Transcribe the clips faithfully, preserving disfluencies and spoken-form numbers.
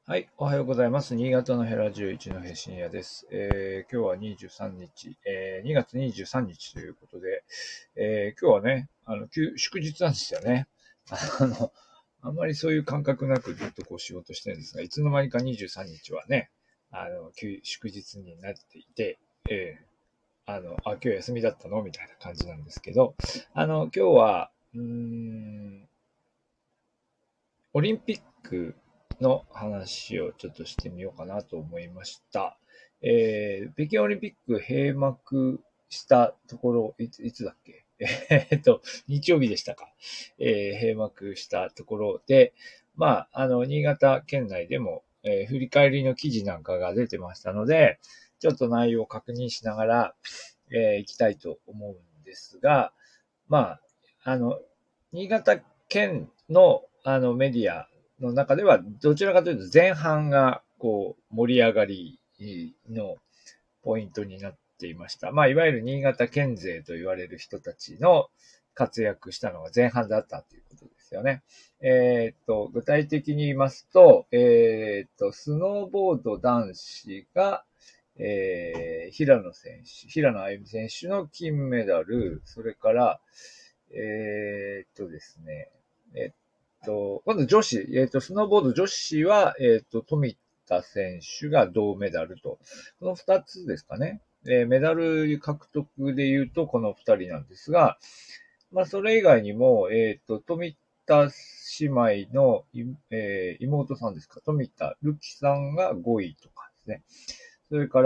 はい、おはようございます。新潟のヘラじゅういちの平深夜です。えー、今日はにじゅうさんにち、えー、にがつにじゅうさんにちということで、えー、今日はね、あの、休祝日なんですよね。あの、あんまりそういう感覚なくずっとこう仕事してるんですが、いつの間にかにじゅうさんにちはね、あの、休祝日になっていて、えー、あの、あ、今日休みだったのみたいな感じなんですけど、あの、今日は、うーん、オリンピックの話をちょっとしてみようかなと思いました。えー、北京オリンピック閉幕したところ、いつ、いつだっけえーっと、日曜日でしたか。えー、閉幕したところで、まあ、あの、新潟県内でも、えー振り返りの記事なんかが出てましたので、ちょっと内容を確認しながら、えー、行きたいと思うんですが、まあ、あの、新潟県の、あの、メディアの中では、どちらかというと前半が、こう、盛り上がりのポイントになっていました。まあ、いわゆる新潟県勢と言われる人たちの活躍したのが前半だったということですよね。えーっと、具体的に言いますと、えーっと、スノーボード男子が、えー、平野選手、平野歩夢選手の金メダル、それから、えーっとですね、えっと、今度女子、えーっと、スノーボード女子は、えーっと、富田選手が銅メダルと、この二つですかね。えーメダル獲得で言うと、この二人なんですが、まあ、それ以外にも、えっと、富田姉妹の、えー妹さんですか、富田るきさんがごいとかですね。それから、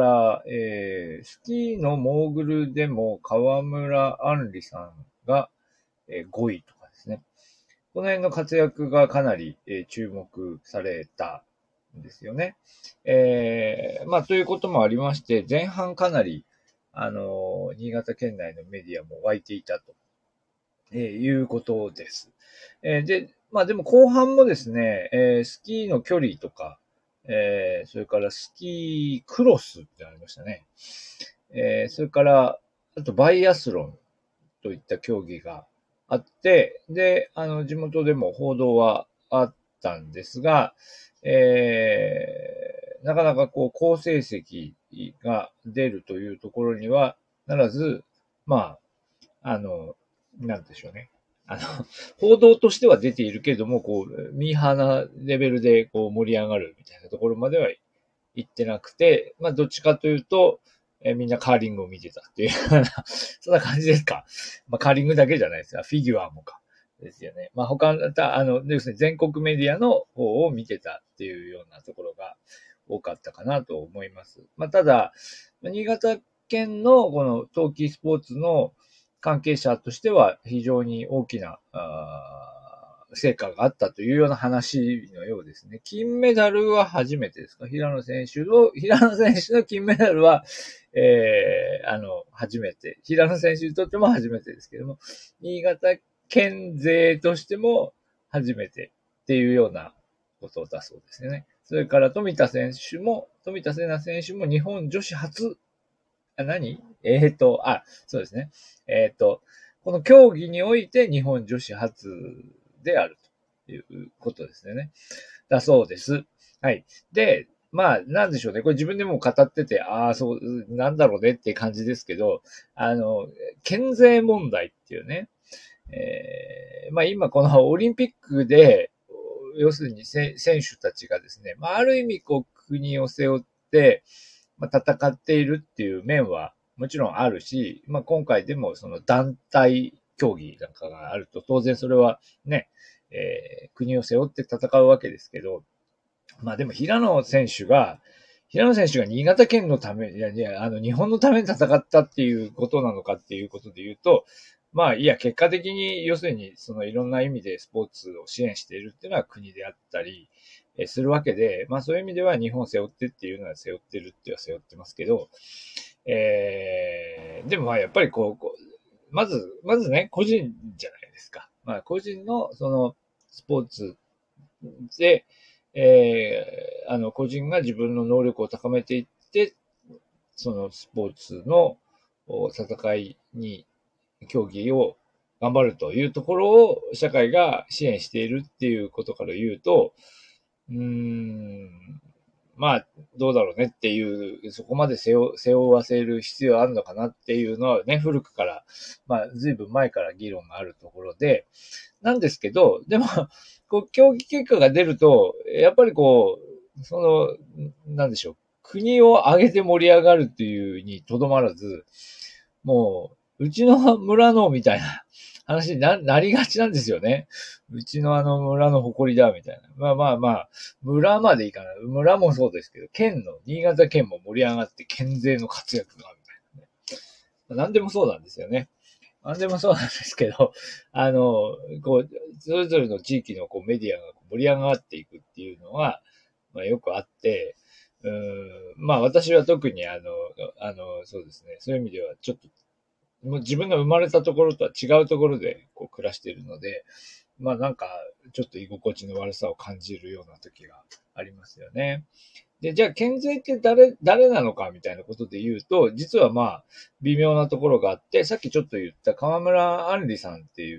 えースキーのモーグルでも川村あんりさんが、えーごいとかですね。この辺の活躍がかなり、えー注目されたんですよね。えーまあ、ということもありまして、前半かなり、あのー新潟県内のメディアも湧いていたと、えーいうことです。えーで、まあでも後半もですね、えースキーの距離とか、えーそれからスキークロスってありましたね。えーそれから、あとバイアスロンといった競技があって、で、あの、地元でも報道はあったんですが、えー、なかなかこう、好成績が出るというところにはならず、まあ、あの、なんでしょうね。あの、報道としては出ているけれども、こう、ミーハーなレベルでこう盛り上がるみたいなところまでは行ってなくて、まあ、どっちかというと、えーみんなカーリングを見てたっていうような、そんな感じですか。まあ、カーリングだけじゃないですが、フィギュアもか。ですよね。まあ、他の、あの、ですね、全国メディアの方を見てたっていうようなところが多かったかなと思います。まあ、ただ、新潟県のこの冬季スポーツの関係者としては非常に大きな、あ成果があったというような話のようですね。金メダルは初めてですか？平野選手の、平野選手の金メダルは、えー、あの、初めて。平野選手にとっても初めてですけども、新潟県勢としても初めてっていうようなことだそうですね。それから富田選手も、富田瀬奈選手も日本女子初、あ、何えっ、ー、と、あ、そうですね。えっ、ー、と、この競技において日本女子初であるということですね。だそうです。はい。で、まあ、なんでしょうね。これ自分でも語ってて、ああ、そう、なんだろうねって感じですけど、あの、県税問題っていうね、えー、まあ今このオリンピックで、要するに選手たちがですね、まあある意味こう国を背負って、まあ、戦っているっていう面はもちろんあるし、まあ今回でもその団体競技なんかがあると当然それはね、えー、国を背負って戦うわけですけど、まあでも平野選手が、平野選手が新潟県のため、いやいや、あの日本のために戦ったっていうことなのかっていうことで言うと、まあいや、結果的に要するにそのいろんな意味でスポーツを支援しているっていうのは国であったりするわけで、まあそういう意味では日本を背負ってっていうのは背負ってるっては背負ってますけど、えー、でもまあやっぱりこう、こうまず、まずね、個人じゃないですか。まあ個人のそのスポーツで、えー、あの、個人が自分の能力を高めていって、そのスポーツの戦いに、競技を頑張るというところを社会が支援しているっていうことから言うと、 うーん、まあ、どうだろうねっていう、そこまで背負背負わせる必要あるのかなっていうのはね、古くから、まあ、ずいぶん前から議論があるところで、なんですけど、でも、こう、競技結果が出ると、やっぱりこう、その、なんでしょう、国を挙げて盛り上がるっていうにとどまらず、もう、うちの村のみたいな話にななりがちなんですよね。うちのあの村の誇りだみたいな。まあまあまあ、村までいかない。村もそうですけど、県の、新潟県も盛り上がって県勢の活躍が、みたいなね。何でもそうなんですよね。何でもそうなんですけど、あの、こう、それぞれの地域のこうメディアが盛り上がっていくっていうのは、まあよくあって、うーん、まあ私は特にあの、あの、そうですね、そういう意味ではちょっと、もう自分が生まれたところとは違うところでこう暮らしているので、まあなんか、ちょっと居心地の悪さを感じるような時がありますよね。で、じゃあ、県税って誰、誰なのかみたいなことで言うと、実はまあ、微妙なところがあって、さっきちょっと言った河村杏里さんっていう、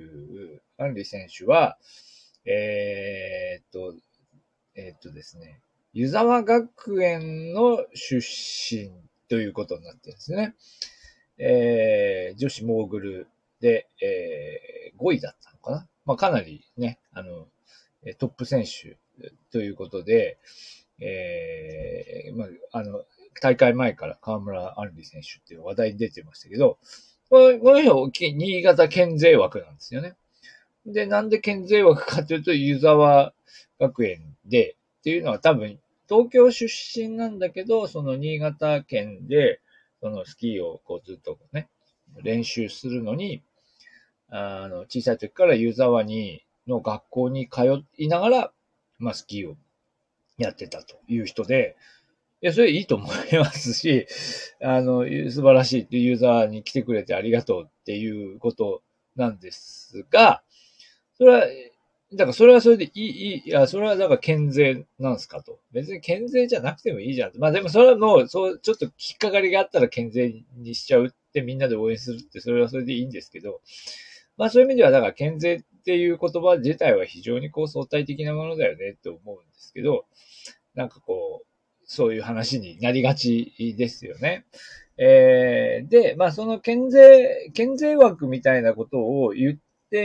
杏里選手は、えーっと、えーっとですね、湯沢学園の出身ということになってるんですね。えー、女子モーグルで、えー、ごいだったのかな。まあ、かなりね、あの、トップ選手ということで、えー、まあ、あの、大会前から河村杏里選手っていう話題に出てましたけど、このこの人、新潟県勢枠なんですよね。で、なんで県勢枠かというと、湯沢学園で、っていうのは多分、東京出身なんだけど、その新潟県で、そのスキーをこうずっとね、練習するのに、あの、小さい時から湯沢に、の学校に通いながら、まあ、スキーをやってたという人で、いや、それいいと思いますし、あの、素晴らしいっていうユーザーに来てくれてありがとうっていうことなんですが、それは、だからそれはそれでいい、いい、いや、それはだから健全なんですかと。別に健全じゃなくてもいいじゃん。まあでもそれはもう、そう、ちょっと引っかかりがあったら健全にしちゃうってみんなで応援するって、それはそれでいいんですけど、まあそういう意味では、だから健全っていう言葉自体は非常にこう相対的なものだよねって思うんですけど、なんかこう、そういう話になりがちですよね。えー、で、まあその県税、県税枠みたいなことを言って、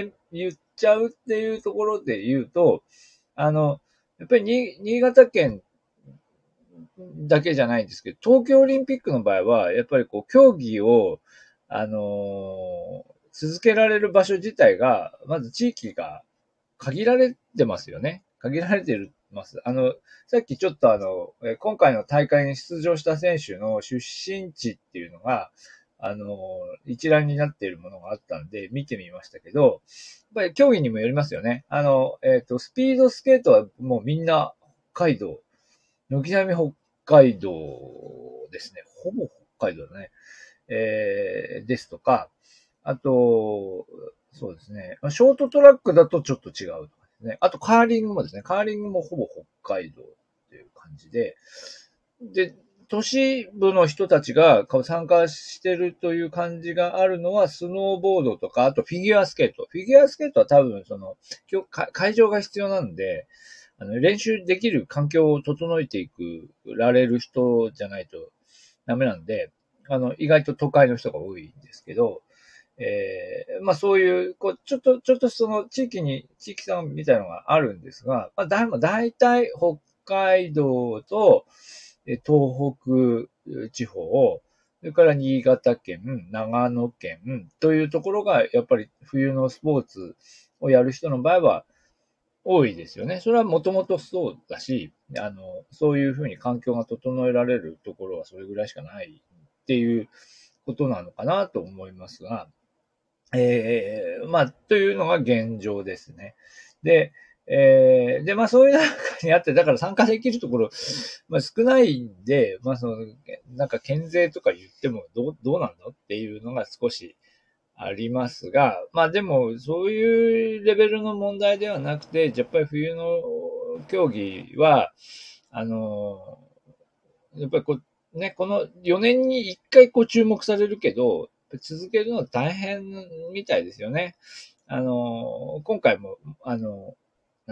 言っちゃうっていうところで言うと、あの、やっぱりに新潟県だけじゃないんですけど、東京オリンピックの場合は、やっぱりこう、競技を、あのー続けられる場所自体が、まず地域が限られてますよね。限られてるます。あの、さっきちょっとあの、今回の大会に出場した選手の出身地っていうのが、あの、一覧になっているものがあったんで、見てみましたけど、やっぱり競技にもよりますよね。あの、えっと、スピードスケートはもうみんな北海道、軒並み北海道ですね。ほぼ北海道だね。えー、ですとか、あと、そうですね。ショートトラックだとちょっと違うとかですね。あとカーリングもですね。カーリングもほぼ北海道っていう感じで、で、都市部の人たちが参加してるという感じがあるのは、スノーボードとか、あとフィギュアスケート。フィギュアスケートは多分、その、会場が必要なんで、あの、練習できる環境を整えていく、られる人じゃないとダメなんで、あの、意外と都会の人が多いんですけど、えー、まあそういう、こう、ちょっと、ちょっとその地域に、地域差みたいなのがあるんですが、まあだ、だいたい北海道と、東北地方、それから新潟県、長野県というところが、やっぱり冬のスポーツをやる人の場合は多いですよね。それはもともとそうだし、あの、そういうふうに環境が整えられるところはそれぐらいしかないっていうことなのかなと思いますが、えー、まあ、というのが現状ですね。で、えー、で、まあそういう中にあって、だから参加できるところ、まあ少ないんで、まあその、なんか県税とか言ってもどう、どうなのっていうのが少しありますが、まあでもそういうレベルの問題ではなくて、やっぱり冬の競技は、あの、やっぱりこう、ね、このよねんにいっかいこう注目されるけど、続けるのは大変みたいですよね。あの、今回も、あの、なんだ、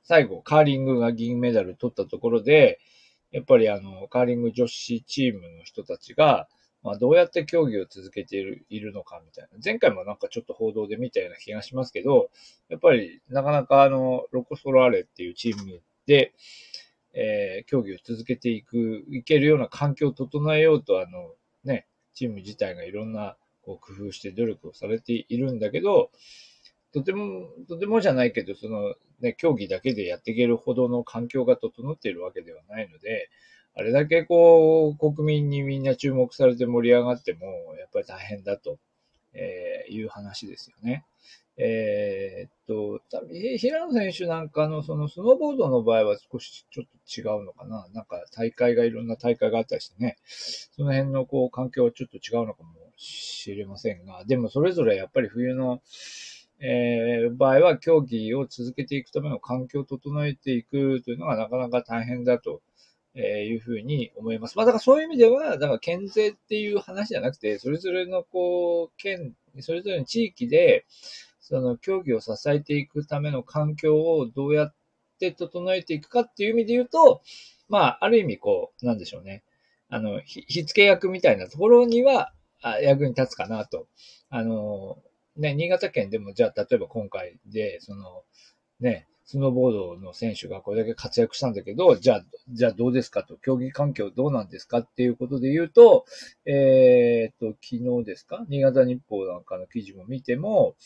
最後、カーリングが銀メダル取ったところで、やっぱりあの、カーリング女子チームの人たちが、まあ、どうやって競技を続けている、いるのかみたいな。前回もなんかちょっと報道で見たような気がしますけど、やっぱりなかなかあの、ロコ・ソラーレっていうチームで、えー、競技を続けていく、いけるような環境を整えようと、あの、ね、チーム自体がいろんなこう工夫して努力をされているんだけど、とても、とてもじゃないけど、その、ね、競技だけでやっていけるほどの環境が整っているわけではないので、あれだけこう、国民にみんな注目されて盛り上がっても、やっぱり大変だと、えーいう話ですよね。えーっと、平野選手なんかのそのスノーボードの場合は少しちょっと違うのかな。なんか大会がいろんな大会があったりしてね、その辺のこう環境はちょっと違うのかもしれませんが、でもそれぞれやっぱり冬の、えー、場合は競技を続けていくための環境を整えていくというのがなかなか大変だというふうに思います。まあだからそういう意味では、だから県税っていう話じゃなくて、それぞれのこう、県、それぞれの地域で、その競技を支えていくための環境をどうやって整えていくかっていう意味で言うと、まあ、ある意味こう、なんでしょうね。あの、ひ、火付け役みたいなところには、あ役に立つかなと。あの、ね、新潟県でも、じゃあ、例えば今回で、その、ね、スノーボードの選手がこれだけ活躍したんだけど、じゃあ、じゃあどうですかと、競技環境どうなんですかっていうことで言うと、えーっと、昨日ですか新潟日報なんかの記事も見ても、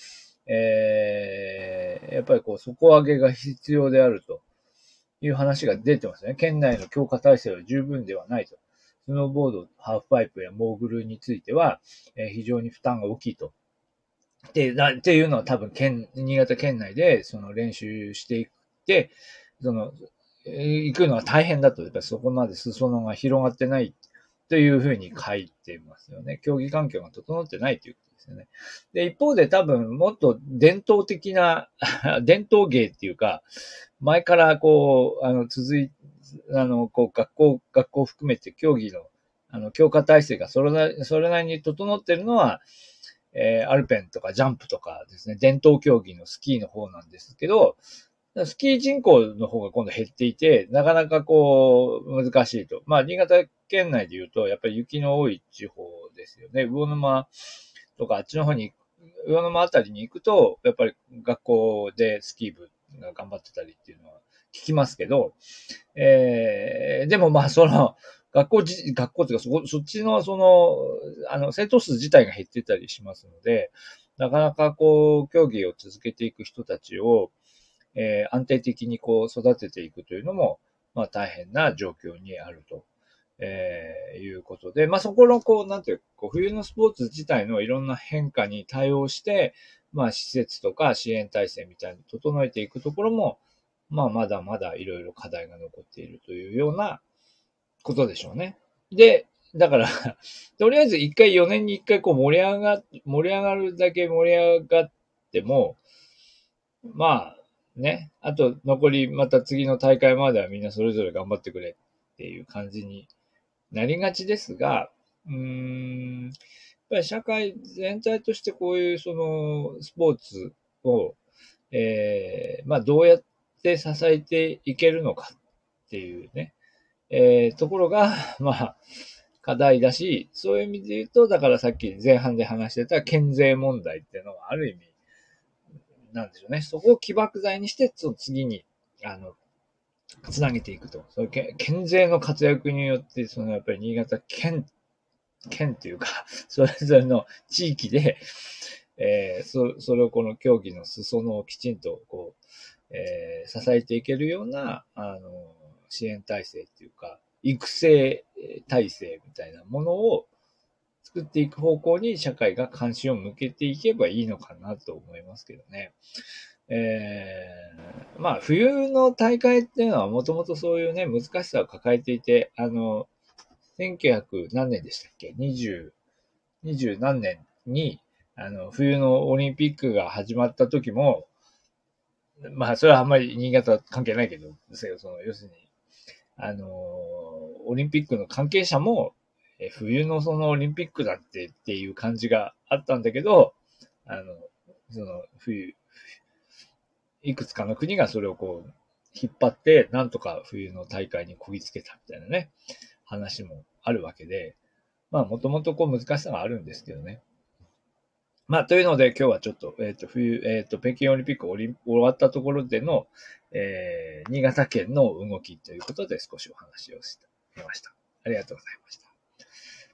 えー、やっぱりこう、底上げが必要であるという話が出てますね。県内の強化体制は十分ではないと。スノーボード、ハーフパイプやモーグルについては、えー非常に負担が大きいと。で、なっていうのは多分県、新潟県内でその練習していって、その、えー行くのは大変だと。やっぱりそこまで裾野が広がってないというふうに書いてますよね。競技環境が整ってないということですよね。で、一方で多分もっと伝統的な伝統芸っていうか、前からこう、あの、続い、あの、こう、学校、学校含めて競技の、あの、強化体制がそれなり、それなりに整っているのは、えーアルペンとかジャンプとかですね、伝統競技のスキーの方なんですけど、スキー人口の方が今度減っていて、なかなかこう、難しいと。まあ、新潟県内で言うと、やっぱり雪の多い地方ですよね。魚沼とかあっちの方に、魚沼あたりに行くと、やっぱり学校でスキー部が頑張ってたりっていうのは聞きますけど、えー、でもまあ、その、学校じ、学校っていうか、そこ、そっちの、その、あの、生徒数自体が減ってたりしますので、なかなかこう、競技を続けていく人たちを、えー安定的にこう、育てていくというのも、まあ、大変な状況にあると。えーいうことで、まあ、そこの、こう、なんていう、こう、冬のスポーツ自体のいろんな変化に対応して、まあ、施設とか支援体制みたいに整えていくところも、まあ、まだまだいろいろ課題が残っているというようなことでしょうね。で、だからとりあえず一回よねんに一回こう盛り上が、盛り上がるだけ盛り上がっても、まあ、ね、あと残りまた次の大会まではみんなそれぞれ頑張ってくれっていう感じになりがちですが、うーん、やっぱり社会全体としてこういうそのスポーツを、えー、まあどうやって支えていけるのかっていうね、えー、ところが、まあ、課題だし、そういう意味で言うと、だからさっき前半で話してた県税問題っていうのはある意味、なんでしょうね。そこを起爆剤にして、その次に、あの、つなげていくと。そういう県税の活躍によって、そのやっぱり新潟県、県というか、それぞれの地域で、えー、そそれをこの競技の裾野をきちんと、こう、えー、支えていけるような、あの、支援体制っていうか、育成体制みたいなものを作っていく方向に社会が関心を向けていけばいいのかなと思いますけどね。えー、まあ、冬の大会っていうのはもともとそういうね、難しさを抱えていて、あの、せんきゅうひゃく何年でしたっけ ?にじゅう、にじゅう何年に、あの、冬のオリンピックが始まった時も、まあ、それはあんまり新潟関係ないけど、その、要するに、あの、オリンピックの関係者も、え冬のそのオリンピックだってっていう感じがあったんだけど、あの、その冬、いくつかの国がそれをこう、 引っ張って、なんとか冬の大会にこぎつけたみたいなね、話もあるわけで、まあ、もともとこう難しさがあるんですけどね。まあ、というので、今日はちょっと、えっ、と、冬、えっ、と、北京オリンピックオリン終わったところでの、えー、新潟県の動きということで少しお話をしてみました。ありがとうございました。